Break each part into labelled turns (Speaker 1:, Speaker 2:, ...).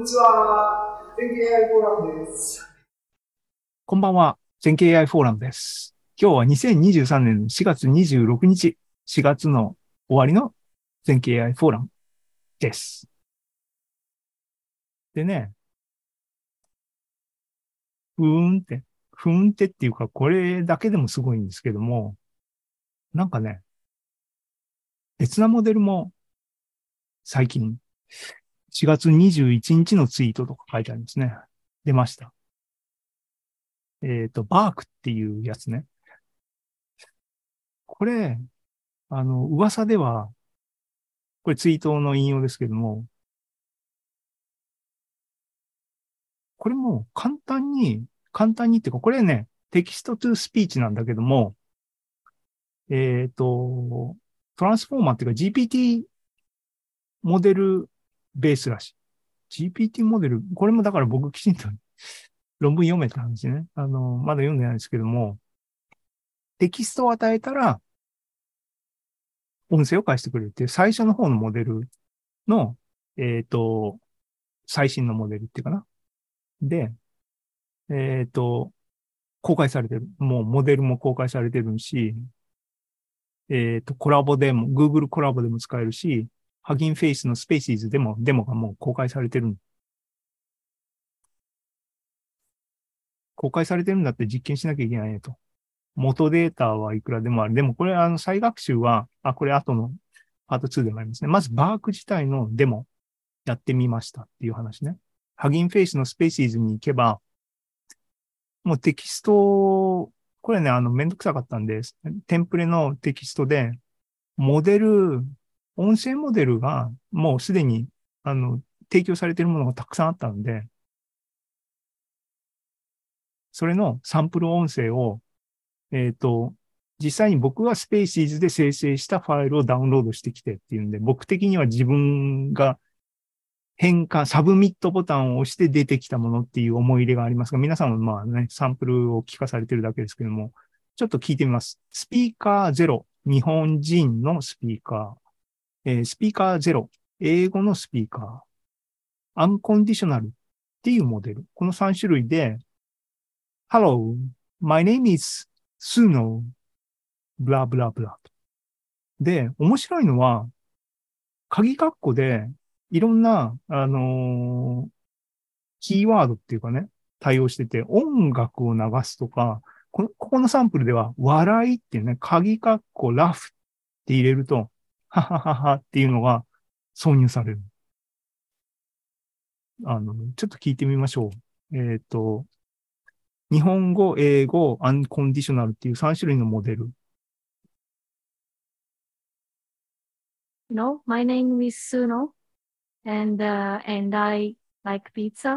Speaker 1: にちは。全経 AI フォーラムです。
Speaker 2: こんばんは。全経 AI フォーラムです。今日は2023年の4月26日、4月の終わりの全経 AI フォーラムです。でね、ふーんって、ふーんってっていうか、これだけでもすごいんですけども、なんかね、別なモデルも最近、4月21日のツイートとか書いてあるんですね。出ました。バークっていうやつね。これ、噂では、これツイートの引用ですけども、これも簡単にっていうか、これね、テキストトゥースピーチなんだけども、えっと、トランスフォーマーっていうか GPT モデルベースらしい。GPT モデル、これもだから僕きちんと論文読めたんですね。まだ読んでないんですけども、テキストを与えたら音声を返してくれるっていう最初の方のモデルの、えっと、最新のモデルっていうかな。で、えっと、公開されてる。もうモデルも公開されてるし、コラボでも、Google コラボでも使えるし、ハギンフェイスのスペーシーズでもデモがもう公開されてる。公開されてるんだって実験しなきゃいけないねと。元データはいくらでもある。でもこれ、再学習は、これ後のパート2でもありますね。まず、バーク自体のデモやってみましたっていう話ね。ハギンフェイスのスペーシーズに行けば、もうテキスト、これね、めんどくさかったんで、テンプレのテキストで、モデル、音声モデルがもうすでに、あの、提供されているものがたくさんあったので、それのサンプル音声を、えっと、実際に僕はスペーシーズで生成したファイルをダウンロードしてきてっていうんで、僕的には自分がサブミットボタンを押して出てきたものっていう思い入れがありますが、皆さんもまあね、サンプルを聞かされてるだけですけども、ちょっと聞いてみます。スピーカーゼロ、日本人のスピーカー、スピーカーゼロ、英語のスピーカー、アンコンディショナルっていうモデル。この3種類で、Hello, my name is Suno, ブラブラブラ。で、面白いのは、鍵括弧で、いろんな、キーワードっていうかね、対応してて、音楽を流すとか、ここのサンプルでは、笑いっていうね、鍵括弧ラフって入れると、ははははっていうのが挿入される。ちょっと聞いてみましょう。日本語、英語、アンコンディショナルっていう3種類のモデル。
Speaker 3: No, my name is Suno, and I like pizza.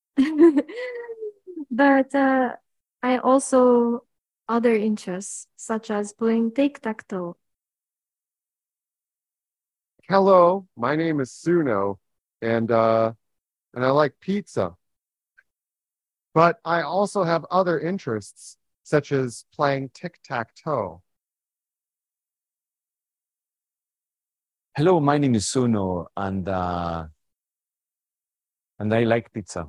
Speaker 3: But I also other interests such as playing tic-tac-toe.
Speaker 4: Hello, my name is Suno, and I like pizza. But I also have other interests, such as playing tic-tac-toe.
Speaker 5: Hello, my name is Suno, and I like pizza.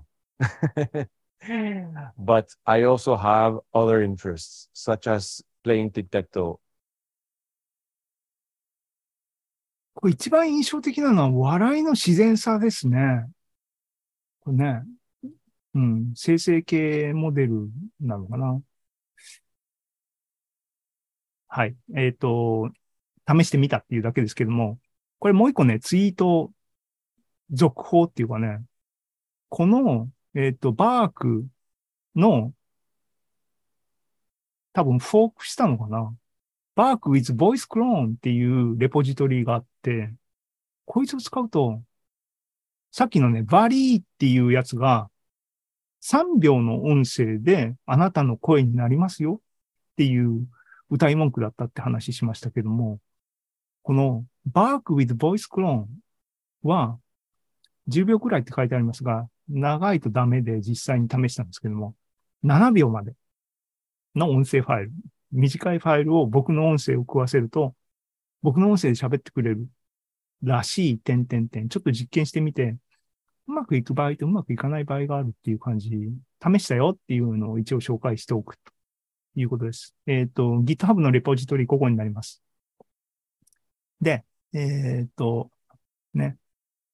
Speaker 5: But I also have other interests, such as playing tic-tac-toe.
Speaker 2: これ一番印象的なのは笑いの自然さですね。これね、うん、生成系モデルなのかな。はい。試してみたっていうだけですけども、これもう一個ね、ツイート続報っていうかね、この、バークの多分フォークしたのかな。バーク with Voice Clone っていうレポジトリがあって、こいつを使うと、さっきのね、バリーっていうやつが3秒の音声であなたの声になりますよっていう歌い文句だったって話しましたけども、この Bark with Voice Clone は10秒くらいって書いてありますが、長いとダメで実際に試したんですけども、7秒までの音声ファイル、短いファイルを僕の音声を食わせると、僕の音声で喋ってくれるらしい、点々点。ちょっと実験してみて、 うまくいく場合とうまくいかない場合があるっていう感じ、試したよっていうのを一応紹介しておくということです。GitHub のレポジトリここになります。で、ね。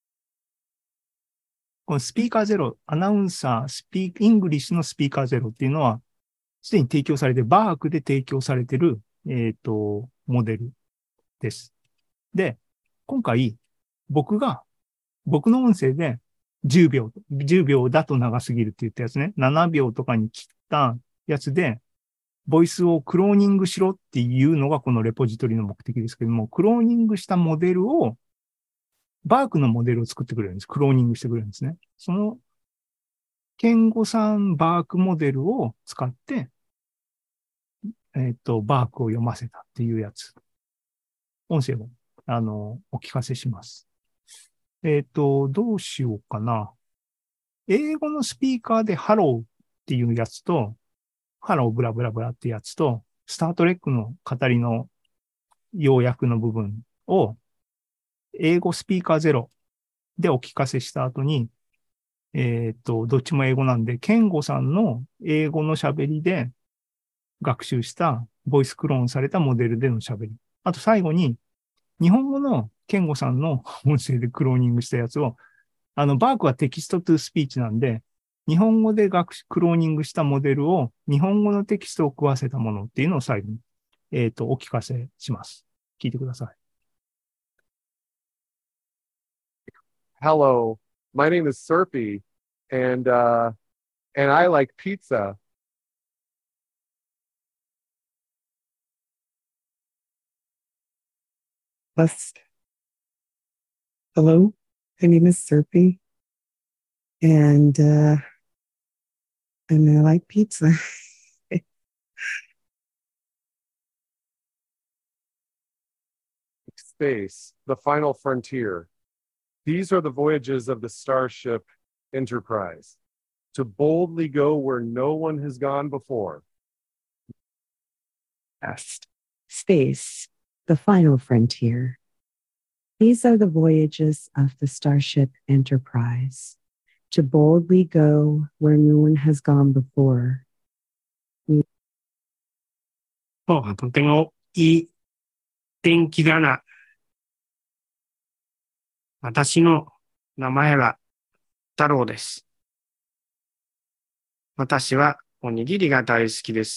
Speaker 2: このスピーカーゼロ、アナウンサー、イングリッシュのスピーカーゼロっていうのは、すでに提供されて、バークで提供されている、モデルです。で、今回、僕の音声で10秒だと長すぎるって言ったやつね。7秒とかに切ったやつで、ボイスをクローニングしろっていうのがこのレポジトリの目的ですけども、クローニングしたモデルを、バークのモデルを作ってくれるんです。クローニングしてくれるんですね。その、ケンゴさんバークモデルを使って、バークを読ませたっていうやつ。音声を、お聞かせします。どうしようかな。英語のスピーカーでハローっていうやつと、ハローブラブラブラってやつと、スタートレックの語りの要約の部分を、英語スピーカーゼロでお聞かせした後に、どっちも英語なんで、ケンゴさんの英語の喋りで学習したボイスクローンされたモデルでの喋り。あと最後に、日本語のケンゴさんの音声でクローニングしたやつを、バークはテキストトゥスピーチなんで、日本語でクローニングしたモデルを日本語のテキストを食わせたものっていうのを最後に、お聞かせします。聞いてください。
Speaker 4: Hello, my name is Serpy, and I like pizza.
Speaker 6: Hello, my name is Serpy, and I like pizza.
Speaker 4: Space, the final frontier. These are the voyages of the Starship Enterprise, to boldly go where no one has gone before.
Speaker 6: Space, the final frontier. These are the voyages of the Starship Enterprise, to boldly go where no one has gone before.
Speaker 7: とてもいい天気だな。私の名前は太郎です。私はおにぎりが大好きです。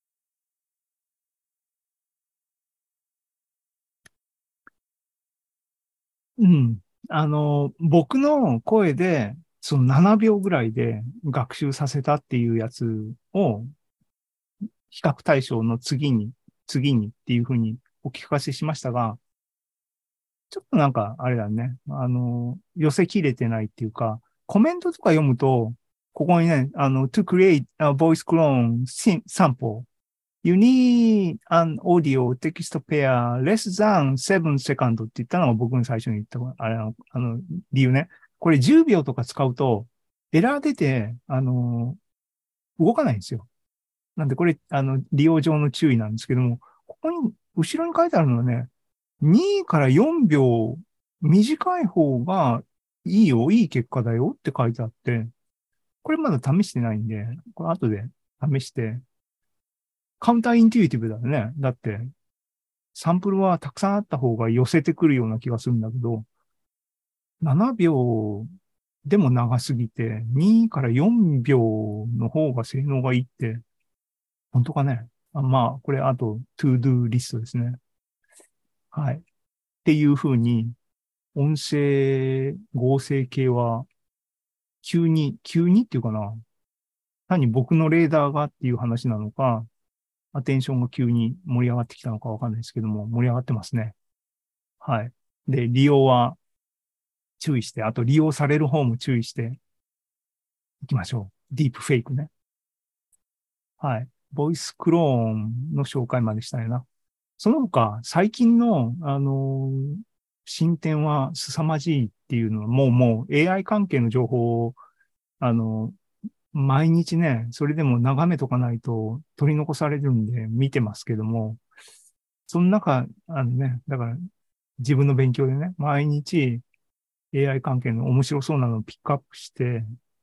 Speaker 2: うん。僕の声で、その7秒ぐらいで学習させたっていうやつを、比較対象の次にっていうふうにお聞かせしましたが、ちょっとなんか、あれだね。寄せきれてないっていうか、コメントとか読むと、ここにね、to create a voice clone sample, you need an audio text pair less than 7 seconds って言ったのが僕の最初に言った、あれ理由ね。これ10秒とか使うと、エラー出て、動かないんですよ。なんでこれ、利用上の注意なんですけども、ここに、後ろに書いてあるのはね、2から4秒短い方がいいよ、いい結果だよって書いてあって、これまだ試してないんで、これ後で試して、カウンターインテュイティブだよね。だって、サンプルはたくさんあった方が寄せてくるような気がするんだけど、7秒でも長すぎて、2から4秒の方が性能がいいって、本当かね。まあ、これあと、トゥードゥーリストですね。はい。っていう風に、音声合成系は、急にっていうかな。単に僕のレーダーがっていう話なのか、アテンションが急に盛り上がってきたのかわかんないですけども、盛り上がってますね。はい。で、利用は注意して、あと利用される方も注意していきましょう。ディープフェイクね。はい。ボイスクローンの紹介までしたいな。その他、最近の、進展は凄まじいっていうのは、もう AI 関係の情報を、毎日ね、それでも眺めとかないと取り残されるんで見てますけども、その中、だから自分の勉強でね、毎日 AI 関係の面白そうなのをピックアップして、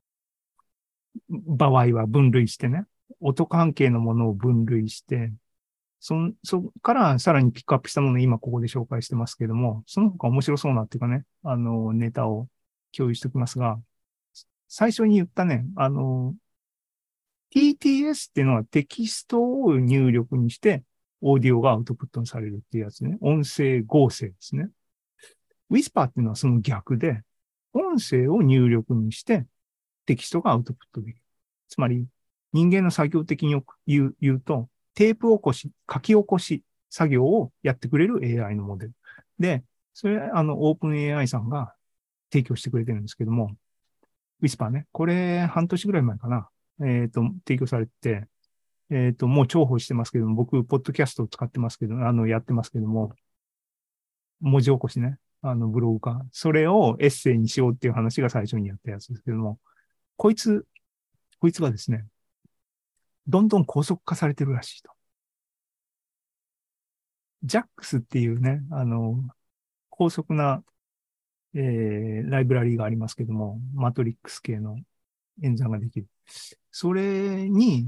Speaker 2: 場合は分類してね、音関係のものを分類して、そこからさらにピックアップしたものを今ここで紹介してますけども、その他面白そうなっていうかね、ネタを共有しておきますが、最初に言ったね、TTS っていうのはテキストを入力にして、オーディオがアウトプットにされるっていうやつね。音声合成ですね。Whisper っていうのはその逆で、音声を入力にしてテキストがアウトプットできる。つまり、人間の作業的に言うと、テープ起こし、書き起こし作業をやってくれる AI のモデル。で、それ、オープン AI さんが提供してくれてるんですけども、Whisper ね。これ、半年ぐらい前かな。提供されて、もう重宝してますけども、僕、ポッドキャストを使ってますけど、やってますけども、文字起こしね。ブログか。それをエッセイにしようっていう話が最初にやったやつですけども、こいつがですね、どんどん高速化されてるらしいと。JAX っていうね、高速な、ライブラリーがありますけども、マトリックス系の演算ができる。それに、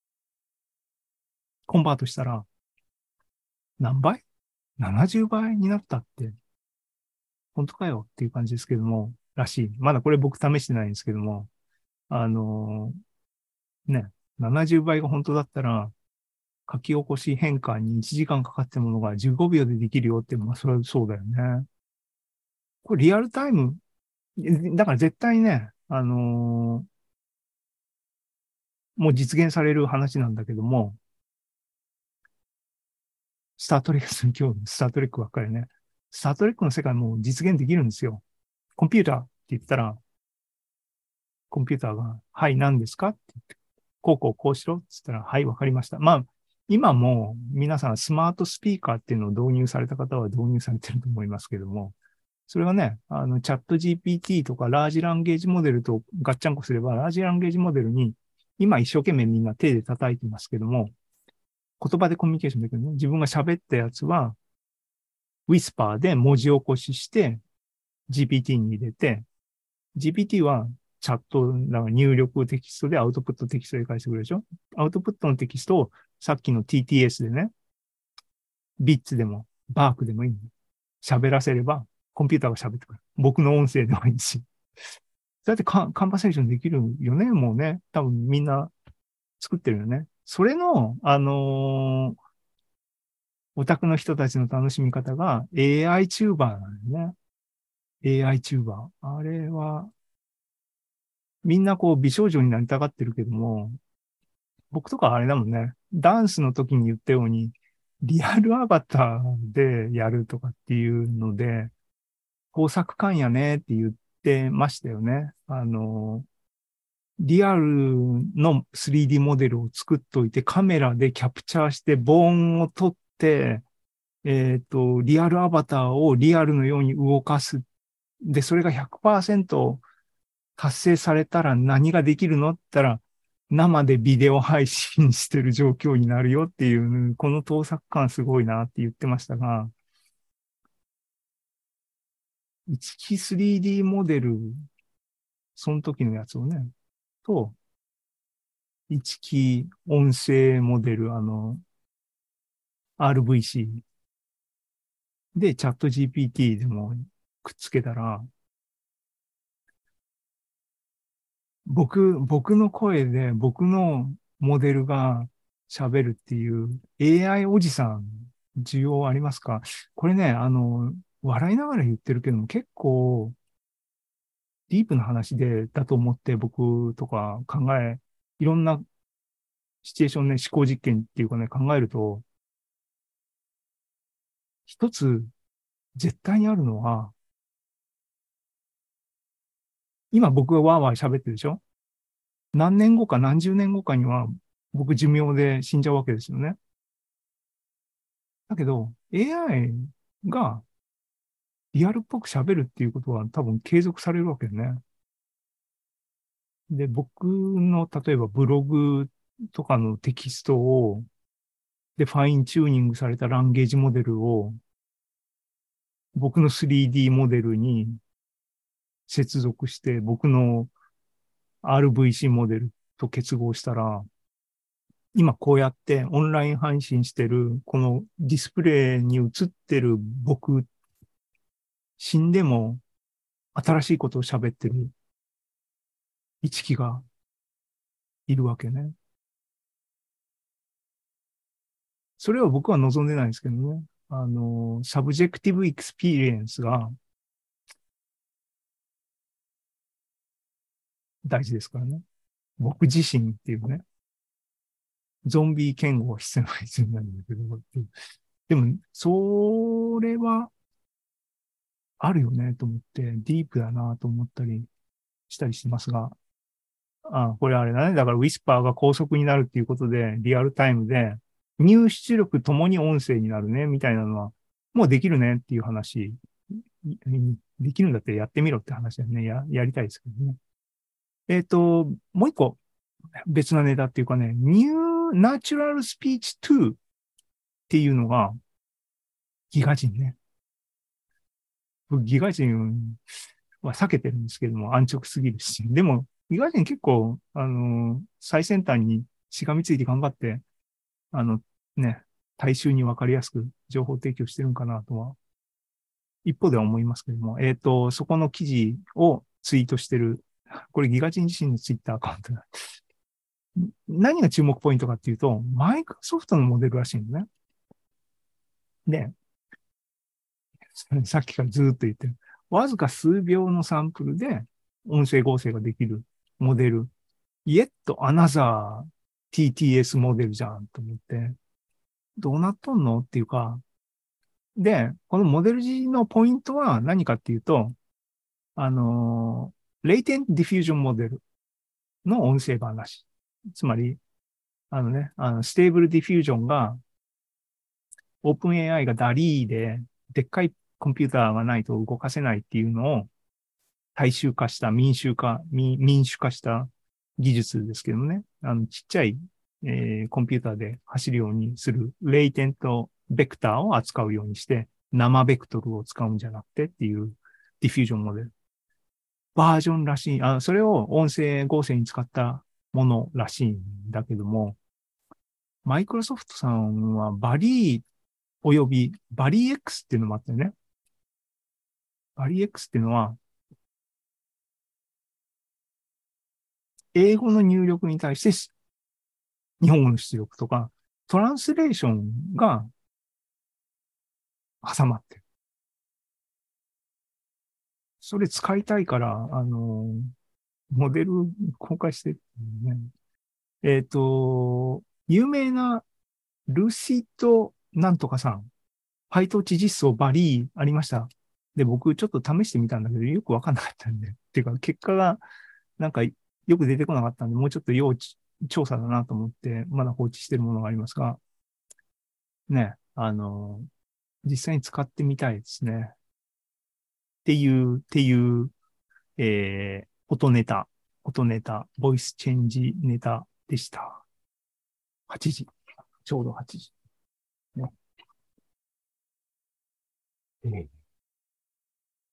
Speaker 2: コンバートしたら、何倍 ?70 倍になったって、本当かよっていう感じですけども、らしい。まだこれ僕試してないんですけども、ね、70倍が本当だったら、書き起こし変換に1時間かかってるものが15秒でできるよって、まあ、それはそうだよね。これリアルタイム、だから絶対ね、もう実現される話なんだけども、スタートレック、今日スタートレックばっかりね。スタートレックの世界も実現できるんですよ。コンピューターって言ったら、コンピューターが、はい、何ですかって言って、こうしろって言ったら、はい、わかりました。まあ、今も皆さんスマートスピーカーっていうのを導入された方は導入されてると思いますけども、それはね、チャット GPT とかラージランゲージモデルとガッチャンコすれば、ラージランゲージモデルに、今一生懸命みんな手で叩いてますけども、言葉でコミュニケーションできるね。自分が喋ったやつは、Whisper で文字起こしして、GPT に入れて、GPT はチャット、入力テキストでアウトプットテキストで返してくれるでしょ。アウトプットのテキストをさっきの TTS でね、ビッツでもバークでもいい。喋らせれば、コンピューターが喋ってくる。僕の音声でもいいし。だってカンバセーションできるよね、もうね。多分みんな作ってるよね。それの、オタクの人たちの楽しみ方が AI チューバーなんだよね。AI チューバー。あれは、みんなこう美少女になりたがってるけども、僕とかあれだもんね。ダンスの時に言ったように、リアルアバターでやるとかっていうので、工作感やねって言ってましたよね。リアルの 3D モデルを作っといて、カメラでキャプチャーして、ボーンを撮って、リアルアバターをリアルのように動かす。で、それが100%達成されたら何ができるのって言ったら、生でビデオ配信してる状況になるよっていう、この盗作感すごいなって言ってましたが、一機 3D モデル、その時のやつをね、と、一機音声モデル、RVC でチャット GPT でもくっつけたら、僕の声で僕のモデルが喋るっていう AI おじさん、需要ありますか？これね、笑いながら言ってるけども結構ディープな話だと思って僕とかいろんなシチュエーションね、思考実験っていうかね、考えると、一つ絶対にあるのは、今僕がワーワー喋ってるでしょ？何年後か何十年後かには僕寿命で死んじゃうわけですよね。だけど AI がリアルっぽく喋るっていうことは多分継続されるわけよね。で、僕の例えばブログとかのテキストをでファインチューニングされたランゲージモデルを僕の 3D モデルに接続して僕の RVC モデルと結合したら、今こうやってオンライン配信してる、このディスプレイに映ってる僕、死んでも新しいことを喋ってる一木がいるわけね。それは僕は望んでないんですけどね。サブジェクティブエクスピリエンスが大事ですからね。僕自身っていうね。ゾンビ言語は必要なんだけど、でも、それはあるよねと思って、ディープだなと思ったりしたりしますが、これあれだね。だからウィスパーが高速になるっていうことで、リアルタイムで、入出力ともに音声になるね、みたいなのは、もうできるねっていう話。できるんだってやってみろって話だよね。やりたいですけどね。もう一個別なネタっていうかね、New Natural Speech 2っていうのが、ギガ人ね。僕ギガ人は避けてるんですけども、安直すぎるし。でも、ギガ人結構、最先端にしがみついて頑張って、ね、大衆にわかりやすく情報提供してるんかなとは、一方では思いますけども、そこの記事をツイートしてる、これギガ人自身のツイッターアカウントだ。何が注目ポイントかっていうと、マイクロソフトのモデルらしいのね。で、さっきからずっと言ってる。わずか数秒のサンプルで音声合成ができるモデル。yet another TTS モデルじゃんと思って、どうなっとんのっていうか、で、このモデル G のポイントは何かっていうと、Latent Diffusion モデルの音声版らしい。つまり、ステーブルディフュージョンが、オープン AI がダリーで、でっかいコンピューターがないと動かせないっていうのを大衆化した、民主化した技術ですけどね。ちっちゃい、コンピューターで走るようにする、レイテントベクターを扱うようにして、生ベクトルを使うんじゃなくてっていうディフュージョンモデル。バージョンらしい。それを音声合成に使ったものらしいんだけども、マイクロソフトさんはバリーおよびバリー X っていうのもあったよね。バリー X っていうのは、英語の入力に対して日本語の出力とか、トランスレーションが挟まってる。それ使いたいから、モデル公開してる、ね。有名なルシッドなんとかさん、PyTorch実装バリーありました。で、僕ちょっと試してみたんだけど、よくわかんなかったんで。っていうか、結果がなんかよく出てこなかったんで、もうちょっと要調査だなと思って、まだ放置してるものがありますが、ね、実際に使ってみたいですね。っていう、音ネタ、ボイスチェンジネタでした。8時。ちょうど8時。ね。